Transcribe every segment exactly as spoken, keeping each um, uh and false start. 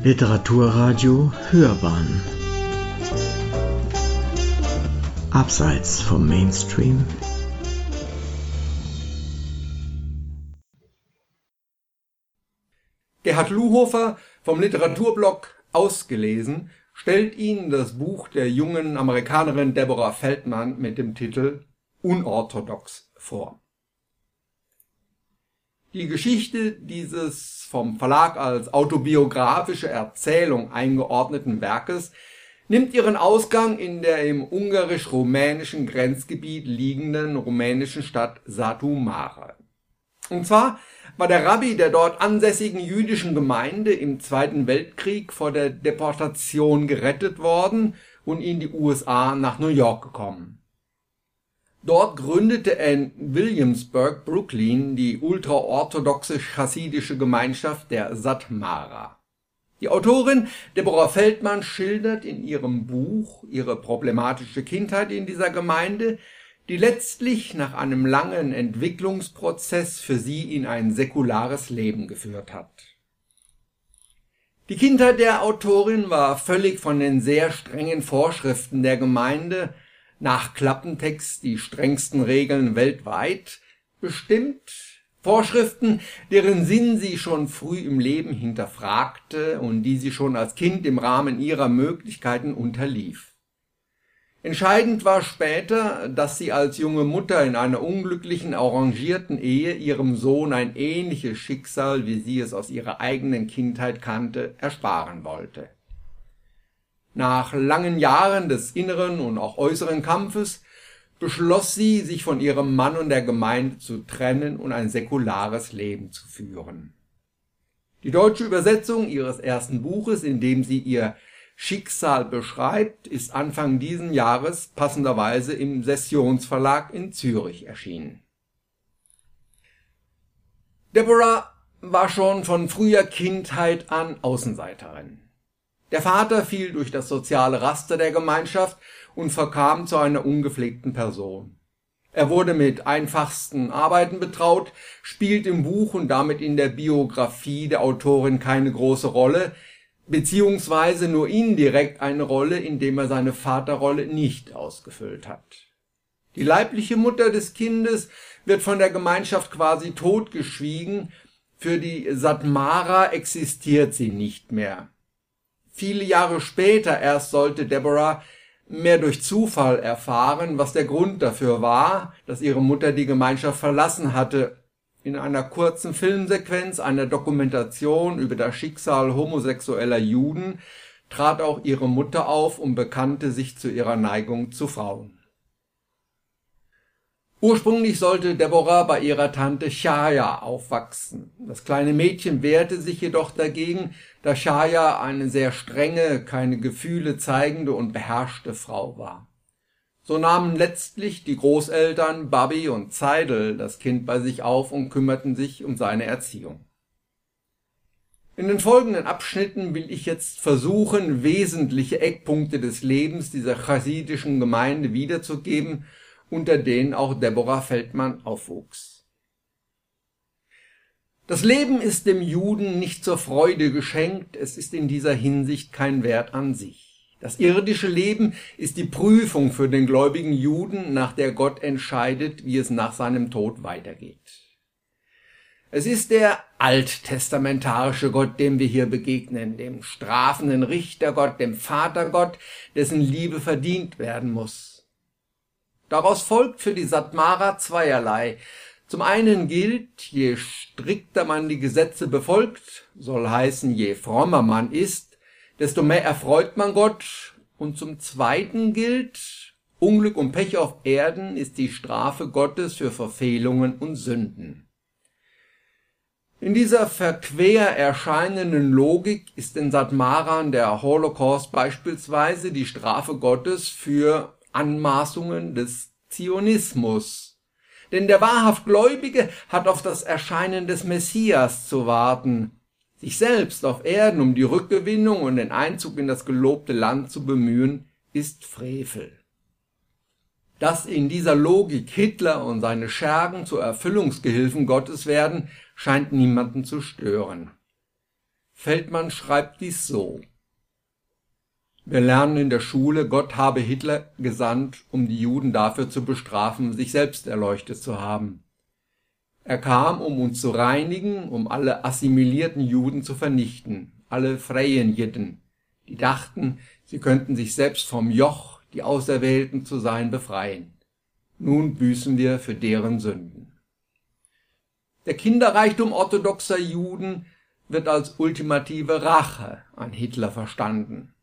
Literaturradio Hörbahn Abseits vom Mainstream. Gerhard Luhofer vom Literaturblog Ausgelesen stellt Ihnen das Buch der jungen Amerikanerin Deborah Feldman mit dem Titel Unorthodox vor. Die Geschichte dieses vom Verlag als autobiografische Erzählung eingeordneten Werkes nimmt ihren Ausgang in der im ungarisch-rumänischen Grenzgebiet liegenden rumänischen Stadt Satu Mare. Und zwar war der Rabbi der dort ansässigen jüdischen Gemeinde im Zweiten Weltkrieg vor der Deportation gerettet worden und in die U S A nach New York gekommen. Dort gründete er in Williamsburg, Brooklyn, die ultraorthodoxe chassidische Gemeinschaft der Satmara. Die Autorin Deborah Feldman schildert in ihrem Buch ihre problematische Kindheit in dieser Gemeinde, die letztlich nach einem langen Entwicklungsprozess für sie in ein säkulares Leben geführt hat. Die Kindheit der Autorin war völlig von den sehr strengen Vorschriften der Gemeinde, nach Klappentext die strengsten Regeln weltweit, bestimmt, Vorschriften, deren Sinn sie schon früh im Leben hinterfragte und die sie schon als Kind im Rahmen ihrer Möglichkeiten unterlief. Entscheidend war später, dass sie als junge Mutter in einer unglücklichen, arrangierten Ehe ihrem Sohn ein ähnliches Schicksal, wie sie es aus ihrer eigenen Kindheit kannte, ersparen wollte. Nach langen Jahren des inneren und auch äußeren Kampfes beschloss sie, sich von ihrem Mann und der Gemeinde zu trennen und ein säkulares Leben zu führen. Die deutsche Übersetzung ihres ersten Buches, in dem sie ihr Schicksal beschreibt, ist Anfang diesen Jahres passenderweise im Sessionsverlag in Zürich erschienen. Deborah war schon von früher Kindheit an Außenseiterin. Der Vater fiel durch das soziale Raster der Gemeinschaft und verkam zu einer ungepflegten Person. Er wurde mit einfachsten Arbeiten betraut, spielt im Buch und damit in der Biografie der Autorin keine große Rolle, beziehungsweise nur indirekt eine Rolle, indem er seine Vaterrolle nicht ausgefüllt hat. Die leibliche Mutter des Kindes wird von der Gemeinschaft quasi totgeschwiegen, für die Satmara existiert sie nicht mehr. Viele Jahre später erst sollte Deborah mehr durch Zufall erfahren, was der Grund dafür war, dass ihre Mutter die Gemeinschaft verlassen hatte. In einer kurzen Filmsequenz, einer Dokumentation über das Schicksal homosexueller Juden, trat auch ihre Mutter auf und bekannte sich zu ihrer Neigung zu Frauen. Ursprünglich sollte Deborah bei ihrer Tante Chaya aufwachsen. Das kleine Mädchen wehrte sich jedoch dagegen, da Chaya eine sehr strenge, keine Gefühle zeigende und beherrschte Frau war. So nahmen letztlich die Großeltern Babi und Zeidel das Kind bei sich auf und kümmerten sich um seine Erziehung. In den folgenden Abschnitten will ich jetzt versuchen, wesentliche Eckpunkte des Lebens dieser chassidischen Gemeinde wiederzugeben, unter denen auch Deborah Feldman aufwuchs. Das Leben ist dem Juden nicht zur Freude geschenkt, es ist in dieser Hinsicht kein Wert an sich. Das irdische Leben ist die Prüfung für den gläubigen Juden, nach der Gott entscheidet, wie es nach seinem Tod weitergeht. Es ist der alttestamentarische Gott, dem wir hier begegnen, dem strafenden Richtergott, dem Vatergott, dessen Liebe verdient werden muss. Daraus folgt für die Satmara zweierlei. Zum einen gilt, je strikter man die Gesetze befolgt, soll heißen, je frommer man ist, desto mehr erfreut man Gott. Und zum zweiten gilt, Unglück und Pech auf Erden ist die Strafe Gottes für Verfehlungen und Sünden. In dieser verquer erscheinenden Logik ist den Satmaran der Holocaust beispielsweise die Strafe Gottes für Anmaßungen des Zionismus. Denn der wahrhaft Gläubige hat auf das Erscheinen des Messias zu warten. Sich selbst auf Erden um die Rückgewinnung und den Einzug in das gelobte Land zu bemühen, ist Frevel. Dass in dieser Logik Hitler und seine Schergen zu Erfüllungsgehilfen Gottes werden, scheint niemanden zu stören. Feldmann schreibt dies so: Wir lernen in der Schule, Gott habe Hitler gesandt, um die Juden dafür zu bestrafen, sich selbst erleuchtet zu haben. Er kam, um uns zu reinigen, um alle assimilierten Juden zu vernichten, alle freien Jiden, die dachten, sie könnten sich selbst vom Joch, die Auserwählten zu sein, befreien. Nun büßen wir für deren Sünden. Der Kinderreichtum orthodoxer Juden wird als ultimative Rache an Hitler verstanden.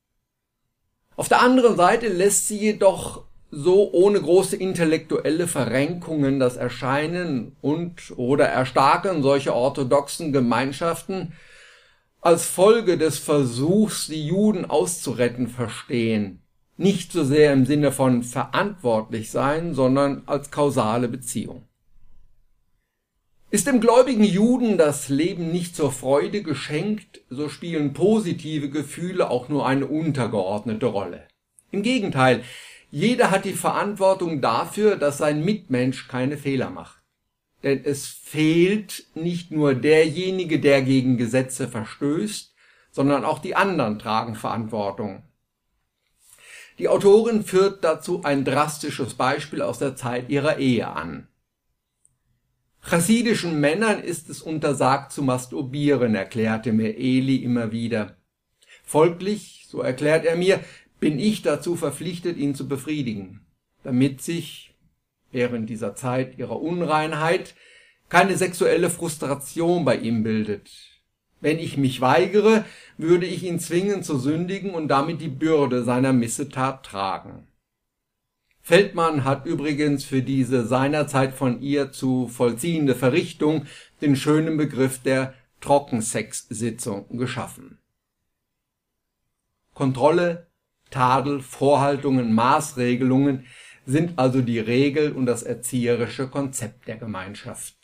Auf der anderen Seite lässt sie jedoch so ohne große intellektuelle Verrenkungen das Erscheinen und oder Erstarken solcher orthodoxen Gemeinschaften als Folge des Versuchs, die Juden auszuretten, verstehen. Nicht so sehr im Sinne von verantwortlich sein, sondern als kausale Beziehung. Ist dem gläubigen Juden das Leben nicht zur Freude geschenkt, so spielen positive Gefühle auch nur eine untergeordnete Rolle. Im Gegenteil, jeder hat die Verantwortung dafür, dass sein Mitmensch keine Fehler macht. Denn es fehlt nicht nur derjenige, der gegen Gesetze verstößt, sondern auch die anderen tragen Verantwortung. Die Autorin führt dazu ein drastisches Beispiel aus der Zeit ihrer Ehe an. Chassidischen Männern ist es untersagt zu masturbieren, erklärte mir Eli immer wieder. Folglich, so erklärt er mir, bin ich dazu verpflichtet, ihn zu befriedigen, damit sich, während dieser Zeit ihrer Unreinheit, keine sexuelle Frustration bei ihm bildet. Wenn ich mich weigere, würde ich ihn zwingen zu sündigen und damit die Bürde seiner Missetat tragen. Feldmann hat übrigens für diese seinerzeit von ihr zu vollziehende Verrichtung den schönen Begriff der Trockensexsitzung geschaffen. Kontrolle, Tadel, Vorhaltungen, Maßregelungen sind also die Regel und das erzieherische Konzept der Gemeinschaft.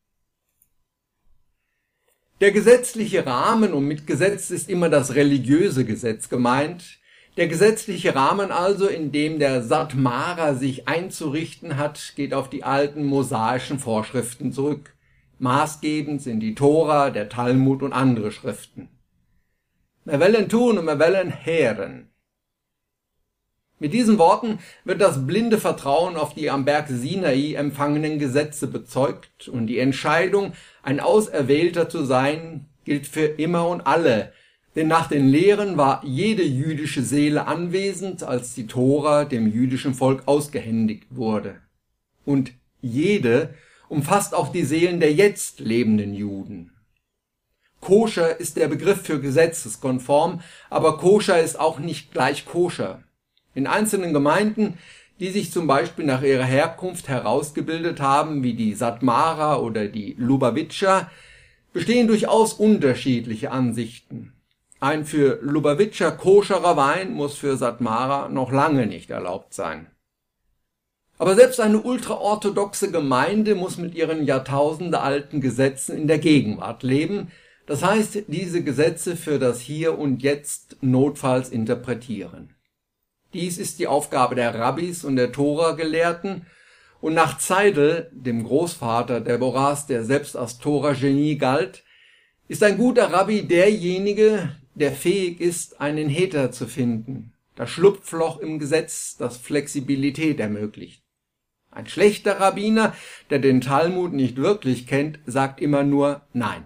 Der gesetzliche Rahmen, und mit Gesetz ist immer das religiöse Gesetz gemeint, der gesetzliche Rahmen also, in dem der Satmarer sich einzurichten hat, geht auf die alten mosaischen Vorschriften zurück. Maßgebend sind die Tora, der Talmud und andere Schriften. Wir wollen tun und wir wollen hören. Mit diesen Worten wird das blinde Vertrauen auf die am Berg Sinai empfangenen Gesetze bezeugt und die Entscheidung, ein Auserwählter zu sein, gilt für immer und alle, denn nach den Lehren war jede jüdische Seele anwesend, als die Tora dem jüdischen Volk ausgehändigt wurde. Und jede umfasst auch die Seelen der jetzt lebenden Juden. Koscher ist der Begriff für gesetzeskonform, aber koscher ist auch nicht gleich koscher. In einzelnen Gemeinden, die sich zum Beispiel nach ihrer Herkunft herausgebildet haben, wie die Satmarer oder die Lubavitcher, bestehen durchaus unterschiedliche Ansichten. Ein für Lubavitcher koscherer Wein muss für Satmarer noch lange nicht erlaubt sein. Aber selbst eine ultraorthodoxe Gemeinde muss mit ihren jahrtausendealten Gesetzen in der Gegenwart leben, das heißt, diese Gesetze für das Hier und Jetzt notfalls interpretieren. Dies ist die Aufgabe der Rabbis und der Tora-Gelehrten, und nach Zeidel, dem Großvater Deborahs, der selbst als Tora-Genie galt, ist ein guter Rabbi derjenige, der fähig ist, einen Heter zu finden, das Schlupfloch im Gesetz, das Flexibilität ermöglicht. Ein schlechter Rabbiner, der den Talmud nicht wirklich kennt, sagt immer nur Nein.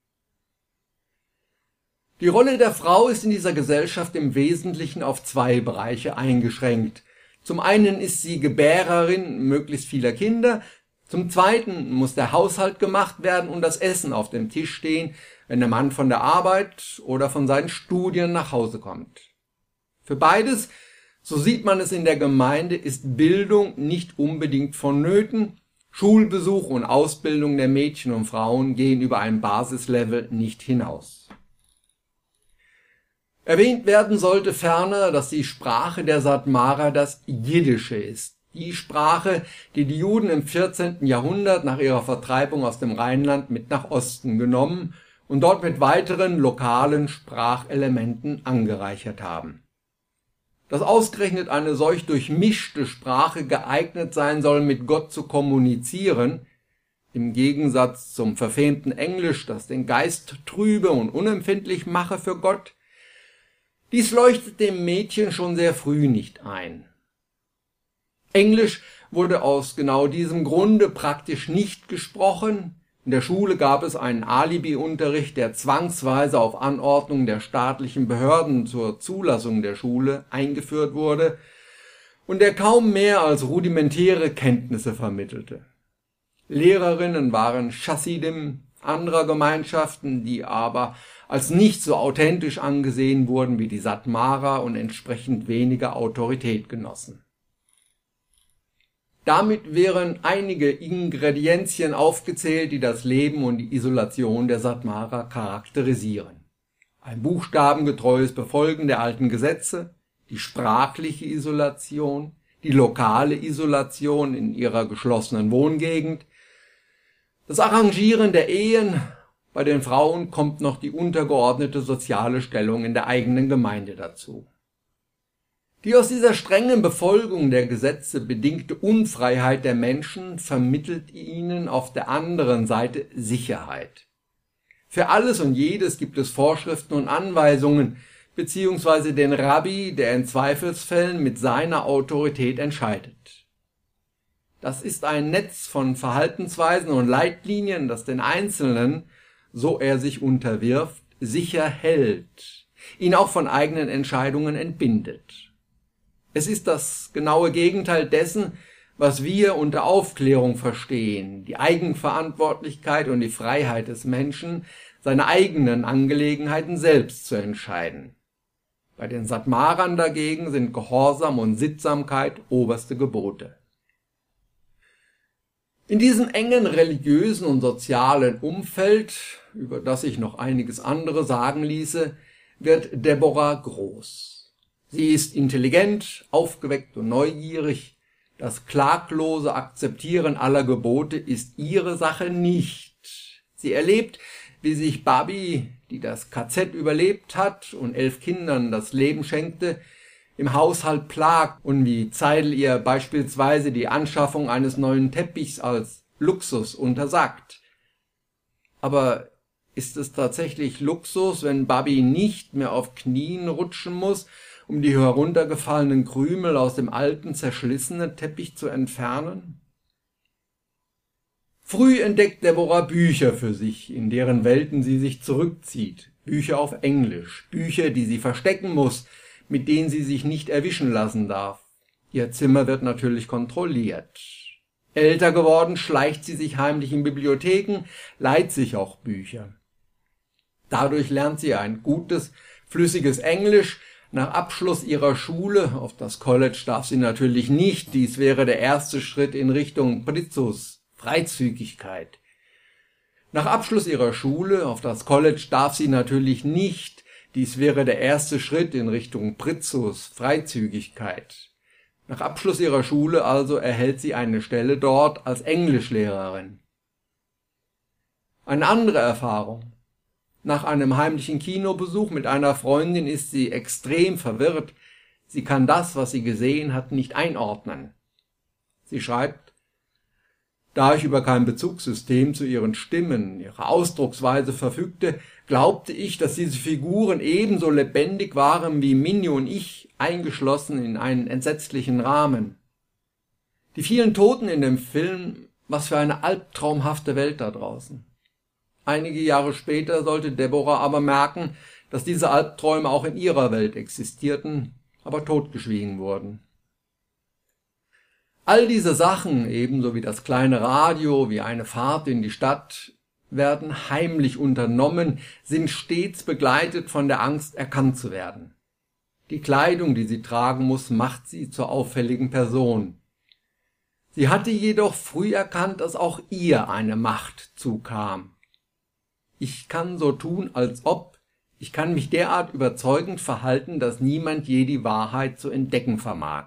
Die Rolle der Frau ist in dieser Gesellschaft im Wesentlichen auf zwei Bereiche eingeschränkt. Zum einen ist sie Gebärerin möglichst vieler Kinder, zum zweiten muss der Haushalt gemacht werden und das Essen auf dem Tisch stehen, wenn der Mann von der Arbeit oder von seinen Studien nach Hause kommt. Für beides, so sieht man es in der Gemeinde, ist Bildung nicht unbedingt vonnöten. Schulbesuch und Ausbildung der Mädchen und Frauen gehen über ein Basislevel nicht hinaus. Erwähnt werden sollte ferner, dass die Sprache der Satmarer das Jiddische ist. Die Sprache, die die Juden im vierzehnten Jahrhundert nach ihrer Vertreibung aus dem Rheinland mit nach Osten genommen und dort mit weiteren lokalen Sprachelementen angereichert haben. Dass ausgerechnet eine solch durchmischte Sprache geeignet sein soll, mit Gott zu kommunizieren, im Gegensatz zum verfemten Englisch, das den Geist trübe und unempfindlich mache für Gott. Dies leuchtet dem Mädchen schon sehr früh nicht ein. Englisch wurde aus genau diesem Grunde praktisch nicht gesprochen. In der Schule gab es einen Alibi-Unterricht, der zwangsweise auf Anordnung der staatlichen Behörden zur Zulassung der Schule eingeführt wurde und der kaum mehr als rudimentäre Kenntnisse vermittelte. Lehrerinnen waren Chassidim anderer Gemeinschaften, die aber als nicht so authentisch angesehen wurden wie die Satmarer und entsprechend weniger Autorität genossen. Damit wären einige Ingredienzien aufgezählt, die das Leben und die Isolation der Satmarer charakterisieren. Ein buchstabengetreues Befolgen der alten Gesetze, die sprachliche Isolation, die lokale Isolation in ihrer geschlossenen Wohngegend, das Arrangieren der Ehen. Bei den Frauen kommt noch die untergeordnete soziale Stellung in der eigenen Gemeinde dazu. Die aus dieser strengen Befolgung der Gesetze bedingte Unfreiheit der Menschen vermittelt ihnen auf der anderen Seite Sicherheit. Für alles und jedes gibt es Vorschriften und Anweisungen, beziehungsweise den Rabbi, der in Zweifelsfällen mit seiner Autorität entscheidet. Das ist ein Netz von Verhaltensweisen und Leitlinien, das den Einzelnen, so er sich unterwirft, sicher hält, ihn auch von eigenen Entscheidungen entbindet. Es ist das genaue Gegenteil dessen, was wir unter Aufklärung verstehen, die Eigenverantwortlichkeit und die Freiheit des Menschen, seine eigenen Angelegenheiten selbst zu entscheiden. Bei den Satmarern dagegen sind Gehorsam und Sittsamkeit oberste Gebote. In diesem engen religiösen und sozialen Umfeld, über das sich noch einiges andere sagen ließe, wird Deborah groß. Sie ist intelligent, aufgeweckt und neugierig. Das klaglose Akzeptieren aller Gebote ist ihre Sache nicht. Sie erlebt, wie sich Babi, die das K Z überlebt hat und elf Kindern das Leben schenkte, im Haushalt plagt und wie Zeidl ihr beispielsweise die Anschaffung eines neuen Teppichs als Luxus untersagt. Aber ist es tatsächlich Luxus, wenn Babi nicht mehr auf Knien rutschen muss, um die heruntergefallenen Krümel aus dem alten, zerschlissenen Teppich zu entfernen? Früh entdeckt Deborah Bücher für sich, in deren Welten sie sich zurückzieht. Bücher auf Englisch, Bücher, die sie verstecken muss, mit denen sie sich nicht erwischen lassen darf. Ihr Zimmer wird natürlich kontrolliert. Älter geworden schleicht sie sich heimlich in Bibliotheken, leiht sich auch Bücher. Dadurch lernt sie ein gutes, flüssiges Englisch. Nach Abschluss ihrer Schule, auf das College darf sie natürlich nicht, dies wäre der erste Schritt in Richtung Pritzus, Freizügigkeit. Nach Abschluss ihrer Schule, auf das College darf sie natürlich nicht, dies wäre der erste Schritt in Richtung Pritzus, Freizügigkeit. Nach Abschluss ihrer Schule also erhält sie eine Stelle dort als Englischlehrerin. Eine andere Erfahrung. Nach einem heimlichen Kinobesuch mit einer Freundin ist sie extrem verwirrt. Sie kann das, was sie gesehen hat, nicht einordnen. Sie schreibt: Da ich über kein Bezugssystem zu ihren Stimmen, ihrer Ausdrucksweise verfügte, glaubte ich, dass diese Figuren ebenso lebendig waren wie Minnie und ich, eingeschlossen in einen entsetzlichen Rahmen. Die vielen Toten in dem Film, was für eine albtraumhafte Welt da draußen. Einige Jahre später sollte Deborah aber merken, dass diese Albträume auch in ihrer Welt existierten, aber totgeschwiegen wurden. All diese Sachen, ebenso wie das kleine Radio, wie eine Fahrt in die Stadt, werden heimlich unternommen, sind stets begleitet von der Angst, erkannt zu werden. Die Kleidung, die sie tragen muss, macht sie zur auffälligen Person. Sie hatte jedoch früh erkannt, dass auch ihr eine Macht zukam. Ich kann so tun, als ob, ich kann mich derart überzeugend verhalten, dass niemand je die Wahrheit zu entdecken vermag.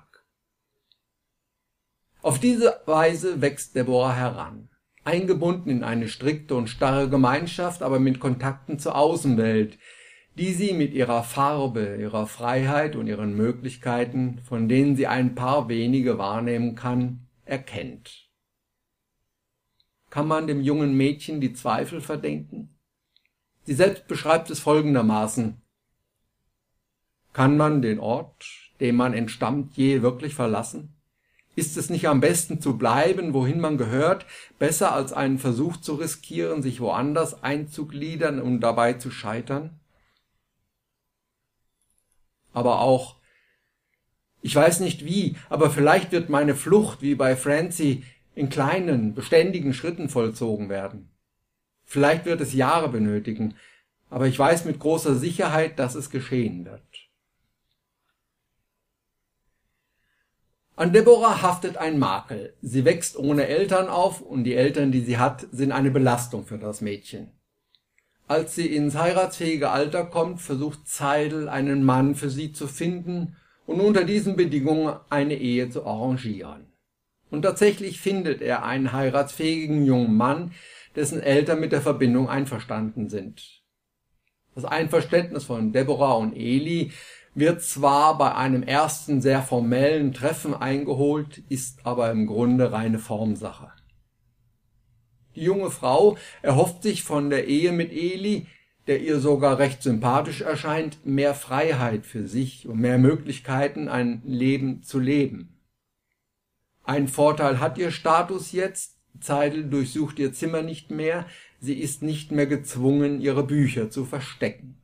Auf diese Weise wächst Deborah heran, eingebunden in eine strikte und starre Gemeinschaft, aber mit Kontakten zur Außenwelt, die sie mit ihrer Farbe, ihrer Freiheit und ihren Möglichkeiten, von denen sie ein paar wenige wahrnehmen kann, erkennt. kann man dem jungen Mädchen die Zweifel verdenken? Sie selbst beschreibt es folgendermaßen: Kann man den Ort, dem man entstammt, je wirklich verlassen? Ist es nicht am besten zu bleiben, wohin man gehört, besser als einen Versuch zu riskieren, sich woanders einzugliedern und dabei zu scheitern? Aber auch: Ich weiß nicht wie, aber vielleicht wird meine Flucht wie bei Francie in kleinen, beständigen Schritten vollzogen werden. Vielleicht wird es Jahre benötigen, aber ich weiß mit großer Sicherheit, dass es geschehen wird. An Deborah haftet ein Makel. Sie wächst ohne Eltern auf und die Eltern, die sie hat, sind eine Belastung für das Mädchen. Als sie ins heiratsfähige Alter kommt, versucht Zeidel, einen Mann für sie zu finden und unter diesen Bedingungen eine Ehe zu arrangieren. Und tatsächlich findet er einen heiratsfähigen jungen Mann, dessen Eltern mit der Verbindung einverstanden sind. Das Einverständnis von Deborah und Eli wird zwar bei einem ersten sehr formellen Treffen eingeholt, ist aber im Grunde reine Formsache. Die junge Frau erhofft sich von der Ehe mit Eli, der ihr sogar recht sympathisch erscheint, mehr Freiheit für sich und mehr Möglichkeiten, ein Leben zu leben. Ein Vorteil hat ihr Status jetzt: Zeidel durchsucht ihr Zimmer nicht mehr, sie ist nicht mehr gezwungen, ihre Bücher zu verstecken.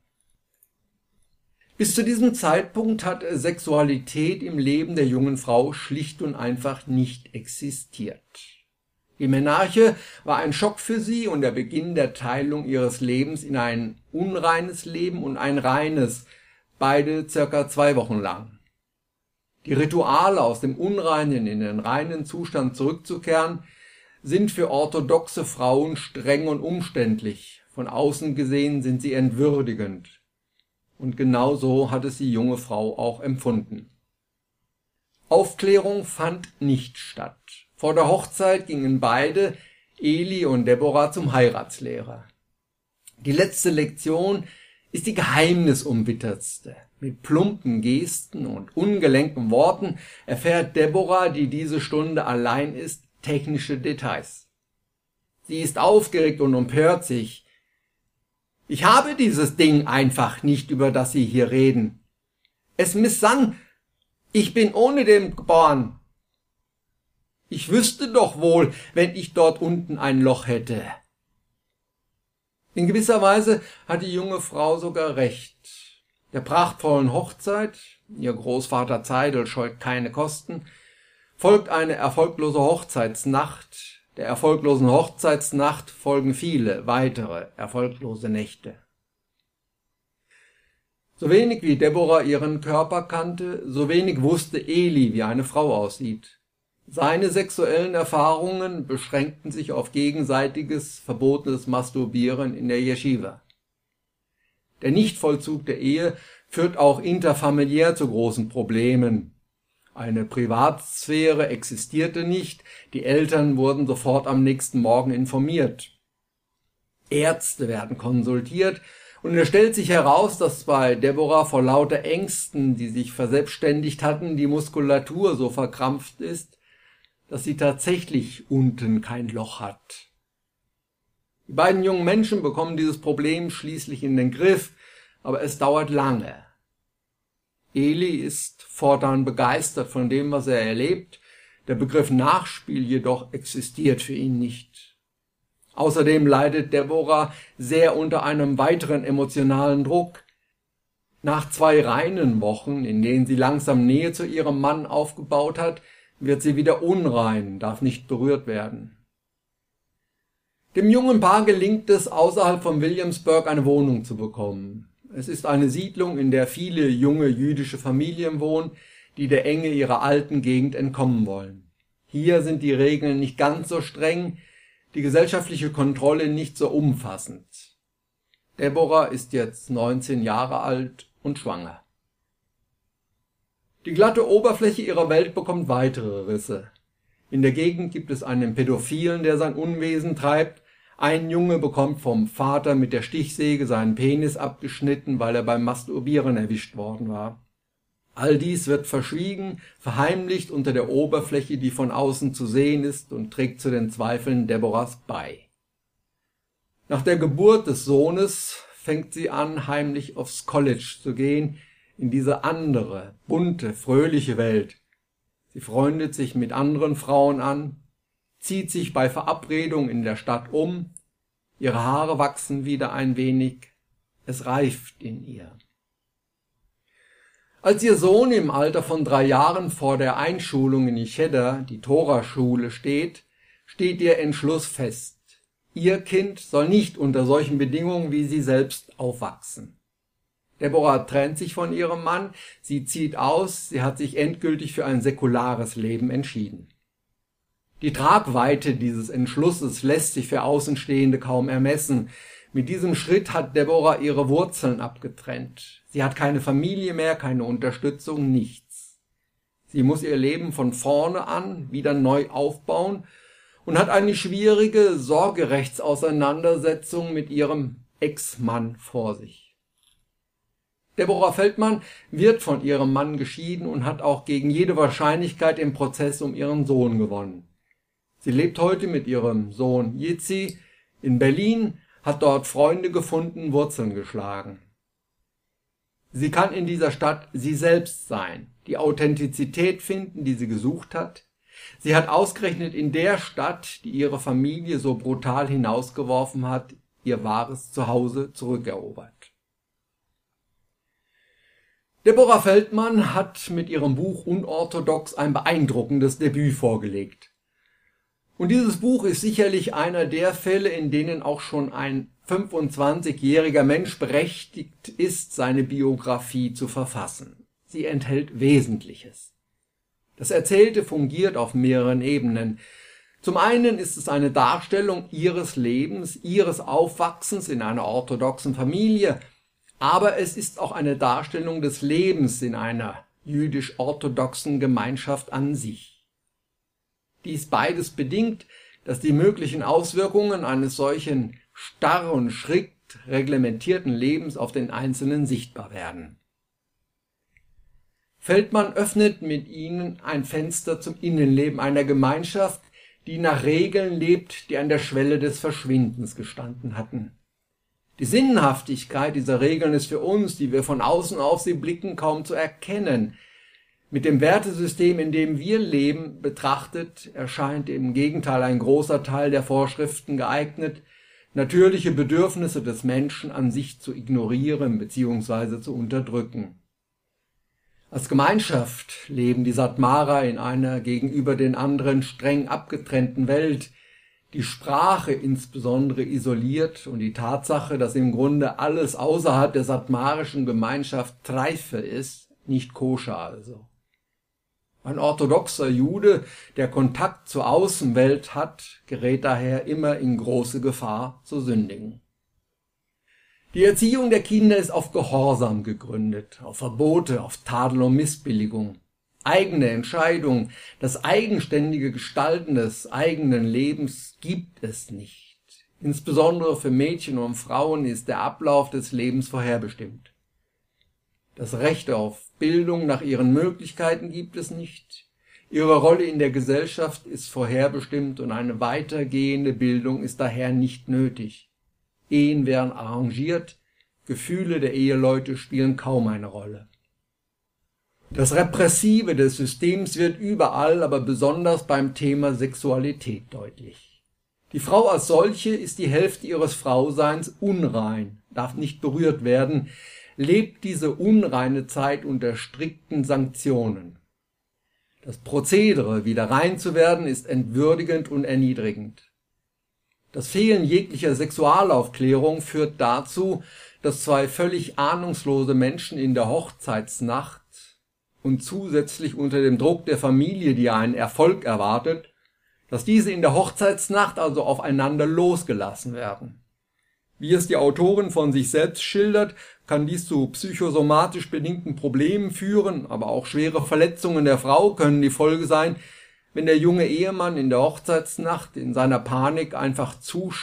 Bis zu diesem Zeitpunkt hat Sexualität im Leben der jungen Frau schlicht und einfach nicht existiert. Die Menarche war ein Schock für sie und der Beginn der Teilung ihres Lebens in ein unreines Leben und ein reines, beide circa zwei Wochen lang. Die Rituale, aus dem unreinen in den reinen Zustand zurückzukehren, sind für orthodoxe Frauen streng und umständlich. Von außen gesehen sind sie entwürdigend. Und genau so hat es die junge Frau auch empfunden. Aufklärung fand nicht statt. Vor der Hochzeit gingen beide, Eli und Deborah, zum Heiratslehrer. Die letzte Lektion ist die geheimnisumwittertste. Mit plumpen Gesten und ungelenken Worten erfährt Deborah, die diese Stunde allein ist, technische Details. Sie ist aufgeregt und empört sich. Ich habe dieses Ding einfach nicht, über das Sie hier reden. Es misssann. Ich bin ohne dem geboren. Ich wüsste doch wohl, wenn ich dort unten ein Loch hätte. In gewisser Weise hat die junge Frau sogar recht. Der prachtvollen Hochzeit, ihr Großvater Zeidel scheut keine Kosten, folgt eine erfolglose Hochzeitsnacht. Der erfolglosen Hochzeitsnacht folgen viele weitere erfolglose Nächte. So wenig wie Deborah ihren Körper kannte, so wenig wusste Eli, wie eine Frau aussieht. Seine sexuellen Erfahrungen beschränkten sich auf gegenseitiges, verbotenes Masturbieren in der Yeshiva. Der Nichtvollzug der Ehe führt auch interfamiliär zu großen Problemen. Eine Privatsphäre existierte nicht, die Eltern wurden sofort am nächsten Morgen informiert. Ärzte werden konsultiert und es stellt sich heraus, dass bei Deborah vor lauter Ängsten, die sich verselbstständigt hatten, die Muskulatur so verkrampft ist, dass sie tatsächlich unten kein Loch hat. Die beiden jungen Menschen bekommen dieses Problem schließlich in den Griff, aber es dauert lange. Eli ist fortan begeistert von dem, was er erlebt, der Begriff Nachspiel jedoch existiert für ihn nicht. Außerdem leidet Deborah sehr unter einem weiteren emotionalen Druck. Nach zwei reinen Wochen, in denen sie langsam Nähe zu ihrem Mann aufgebaut hat, wird sie wieder unrein, darf nicht berührt werden. Dem jungen Paar gelingt es, außerhalb von Williamsburg eine Wohnung zu bekommen. Es ist eine Siedlung, in der viele junge jüdische Familien wohnen, die der Enge ihrer alten Gegend entkommen wollen. Hier sind die Regeln nicht ganz so streng, die gesellschaftliche Kontrolle nicht so umfassend. Deborah ist jetzt neunzehn Jahre alt und schwanger. Die glatte Oberfläche ihrer Welt bekommt weitere Risse. In der Gegend gibt es einen Pädophilen, der sein Unwesen treibt. Ein Junge bekommt vom Vater mit der Stichsäge seinen Penis abgeschnitten, weil er beim Masturbieren erwischt worden war. All dies wird verschwiegen, verheimlicht unter der Oberfläche, die von außen zu sehen ist, und trägt zu den Zweifeln Deborahs bei. Nach der Geburt des Sohnes fängt sie an, heimlich aufs College zu gehen, in diese andere, bunte, fröhliche Welt. Sie freundet sich mit anderen Frauen an, zieht sich bei Verabredung in der Stadt um, ihre Haare wachsen wieder ein wenig, es reift in ihr. Als ihr Sohn im Alter von drei Jahren vor der Einschulung in Yeshiva, die Tora-Schule, steht, steht ihr Entschluss fest. Ihr Kind soll nicht unter solchen Bedingungen wie sie selbst aufwachsen. Deborah trennt sich von ihrem Mann, sie zieht aus, sie hat sich endgültig für ein säkulares Leben entschieden. Die Tragweite dieses Entschlusses lässt sich für Außenstehende kaum ermessen. Mit diesem Schritt hat Deborah ihre Wurzeln abgetrennt. Sie hat keine Familie mehr, keine Unterstützung, nichts. Sie muss ihr Leben von vorne an wieder neu aufbauen und hat eine schwierige Sorgerechtsauseinandersetzung mit ihrem Ex-Mann vor sich. Deborah Feldmann wird von ihrem Mann geschieden und hat auch gegen jede Wahrscheinlichkeit im Prozess um ihren Sohn gewonnen. Sie lebt heute mit ihrem Sohn Yitzhi in Berlin, hat dort Freunde gefunden, Wurzeln geschlagen. Sie kann in dieser Stadt sie selbst sein, die Authentizität finden, die sie gesucht hat. Sie hat ausgerechnet in der Stadt, die ihre Familie so brutal hinausgeworfen hat, ihr wahres Zuhause zurückerobert. Deborah Feldmann hat mit ihrem Buch Unorthodox ein beeindruckendes Debüt vorgelegt. Und dieses Buch ist sicherlich einer der Fälle, in denen auch schon ein fünfundzwanzigjähriger Mensch berechtigt ist, seine Biografie zu verfassen. Sie enthält Wesentliches. Das Erzählte fungiert auf mehreren Ebenen. Zum einen ist es eine Darstellung ihres Lebens, ihres Aufwachsens in einer orthodoxen Familie, aber es ist auch eine Darstellung des Lebens in einer jüdisch-orthodoxen Gemeinschaft an sich. Dies beides bedingt, dass die möglichen Auswirkungen eines solchen starr und strikt reglementierten Lebens auf den Einzelnen sichtbar werden. Feldmann öffnet mit ihnen ein Fenster zum Innenleben einer Gemeinschaft, die nach Regeln lebt, die an der Schwelle des Verschwindens gestanden hatten. Die Sinnhaftigkeit dieser Regeln ist für uns, die wir von außen auf sie blicken, kaum zu erkennen. Mit dem Wertesystem, in dem wir leben, betrachtet, erscheint im Gegenteil ein großer Teil der Vorschriften geeignet, natürliche Bedürfnisse des Menschen an sich zu ignorieren bzw. zu unterdrücken. Als Gemeinschaft leben die Satmara in einer gegenüber den anderen streng abgetrennten Welt, die Sprache insbesondere isoliert und die Tatsache, dass im Grunde alles außerhalb der satmarischen Gemeinschaft Treife ist, nicht koscher also. Ein orthodoxer Jude, der Kontakt zur Außenwelt hat, gerät daher immer in große Gefahr zu sündigen. Die Erziehung der Kinder ist auf Gehorsam gegründet, auf Verbote, auf Tadel und Missbilligung. Eigene Entscheidung, das eigenständige Gestalten des eigenen Lebens gibt es nicht. Insbesondere für Mädchen und Frauen ist der Ablauf des Lebens vorherbestimmt. Das Recht auf Bildung nach ihren Möglichkeiten gibt es nicht. Ihre Rolle in der Gesellschaft ist vorherbestimmt und eine weitergehende Bildung ist daher nicht nötig. Ehen werden arrangiert, Gefühle der Eheleute spielen kaum eine Rolle. Das Repressive des Systems wird überall, aber besonders beim Thema Sexualität deutlich. Die Frau als solche ist die Hälfte ihres Frauseins unrein, darf nicht berührt werden, lebt diese unreine Zeit unter strikten Sanktionen. Das Prozedere, wieder rein zu werden, ist entwürdigend und erniedrigend. Das Fehlen jeglicher Sexualaufklärung führt dazu, dass zwei völlig ahnungslose Menschen in der Hochzeitsnacht und zusätzlich unter dem Druck der Familie, die einen Erfolg erwartet, dass diese in der Hochzeitsnacht also aufeinander losgelassen werden. Wie es die Autorin von sich selbst schildert, kann dies zu psychosomatisch bedingten Problemen führen, aber auch schwere Verletzungen der Frau können die Folge sein, wenn der junge Ehemann in der Hochzeitsnacht in seiner Panik einfach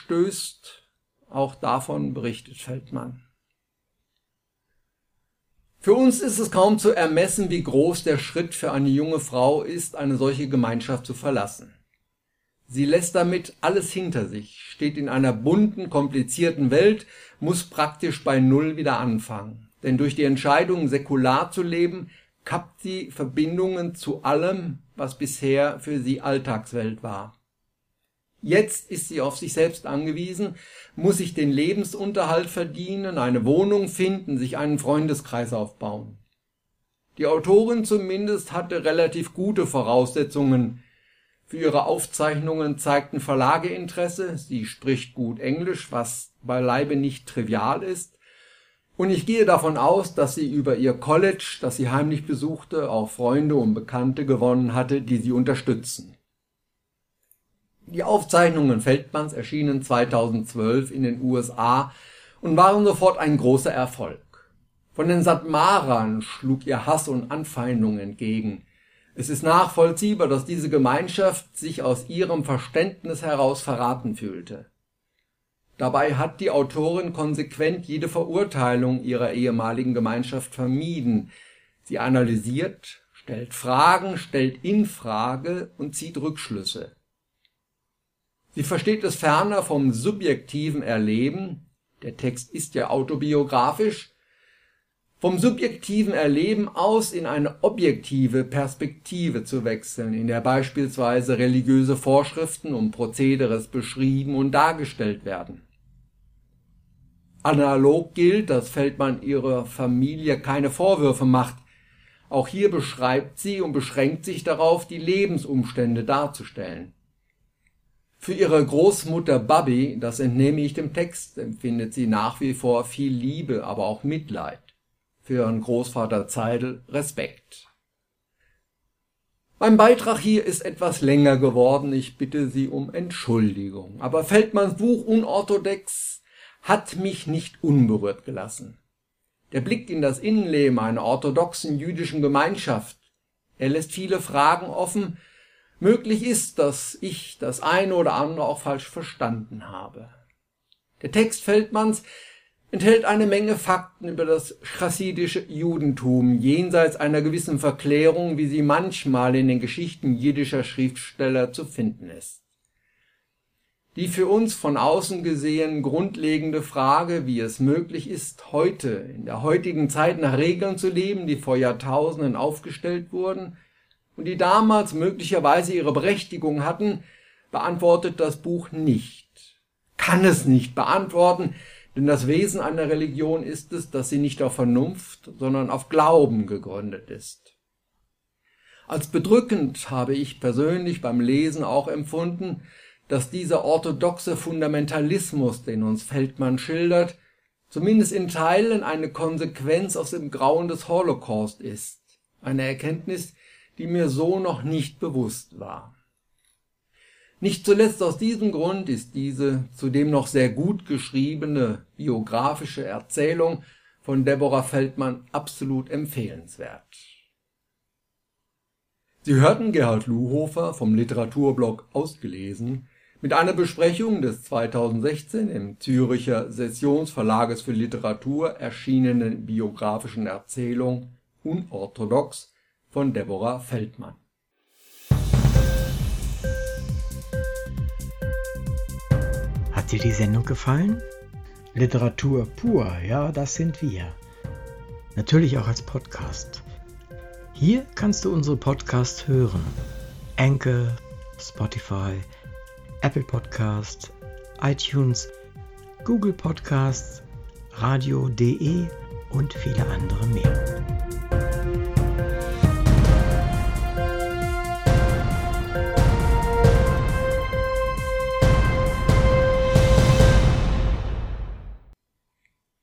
zustößt. Auch davon berichtet Feldmann. Für uns ist es kaum zu ermessen, wie groß der Schritt für eine junge Frau ist, eine solche Gemeinschaft zu verlassen. Sie lässt damit alles hinter sich, steht in einer bunten, komplizierten Welt, muss praktisch bei Null wieder anfangen. Denn durch die Entscheidung, säkular zu leben, kappt sie Verbindungen zu allem, was bisher für sie Alltagswelt war. Jetzt ist sie auf sich selbst angewiesen, muss sich den Lebensunterhalt verdienen, eine Wohnung finden, sich einen Freundeskreis aufbauen. Die Autorin zumindest hatte relativ gute Voraussetzungen. Für ihre Aufzeichnungen zeigten Verlage Interesse, sie spricht gut Englisch, was beileibe nicht trivial ist, und ich gehe davon aus, dass sie über ihr College, das sie heimlich besuchte, auch Freunde und Bekannte gewonnen hatte, die sie unterstützen. Die Aufzeichnungen Feldmanns erschienen zweitausendzwölf in den U S A und waren sofort ein großer Erfolg. Von den Satmarern schlug ihr Hass und Anfeindung entgegen. Es ist nachvollziehbar, dass diese Gemeinschaft sich aus ihrem Verständnis heraus verraten fühlte. Dabei hat die Autorin konsequent jede Verurteilung ihrer ehemaligen Gemeinschaft vermieden. Sie analysiert, stellt Fragen, stellt in Frage und zieht Rückschlüsse. Sie versteht es ferner vom subjektiven Erleben, der Text ist ja autobiografisch, vom subjektiven Erleben aus in eine objektive Perspektive zu wechseln, in der beispielsweise religiöse Vorschriften und Prozederes beschrieben und dargestellt werden. Analog gilt, dass Feldmann ihrer Familie keine Vorwürfe macht. Auch hier beschreibt sie und beschränkt sich darauf, die Lebensumstände darzustellen. Für ihre Großmutter Bubby, das entnehme ich dem Text, empfindet sie nach wie vor viel Liebe, aber auch Mitleid. Für ihren Großvater Zeidel Respekt. Mein Beitrag hier ist etwas länger geworden, ich bitte Sie um Entschuldigung. Aber Feldmanns Buch Unorthodox hat mich nicht unberührt gelassen. Der Blick in das Innenleben einer orthodoxen jüdischen Gemeinschaft, er lässt viele Fragen offen. Möglich ist, dass ich das eine oder andere auch falsch verstanden habe. Der Text Feldmanns enthält eine Menge Fakten über das chassidische Judentum, jenseits einer gewissen Verklärung, wie sie manchmal in den Geschichten jiddischer Schriftsteller zu finden ist. Die für uns von außen gesehen grundlegende Frage, wie es möglich ist, heute, in der heutigen Zeit nach Regeln zu leben, die vor Jahrtausenden aufgestellt wurden und die damals möglicherweise ihre Berechtigung hatten, beantwortet das Buch nicht. Kann es nicht beantworten, denn das Wesen einer Religion ist es, dass sie nicht auf Vernunft, sondern auf Glauben gegründet ist. Als bedrückend habe ich persönlich beim Lesen auch empfunden, dass dieser orthodoxe Fundamentalismus, den uns Feldmann schildert, zumindest in Teilen eine Konsequenz aus dem Grauen des Holocaust ist. Eine Erkenntnis, die mir so noch nicht bewusst war. Nicht zuletzt aus diesem Grund ist diese zudem noch sehr gut geschriebene biografische Erzählung von Deborah Feldmann absolut empfehlenswert. Sie hörten Gerhard Luhofer vom Literaturblog Ausgelesen mit einer Besprechung des zweitausendsechzehn im Züricher Sessionsverlages für Literatur erschienenen biografischen Erzählung Unorthodox von Deborah Feldmann. Hat dir die Sendung gefallen? Literatur pur, ja, das sind wir. Natürlich auch als Podcast. Hier kannst du unsere Podcasts hören. Anchor, Spotify, Apple Podcast, iTunes, Google Podcasts, radio punkt de und viele andere mehr.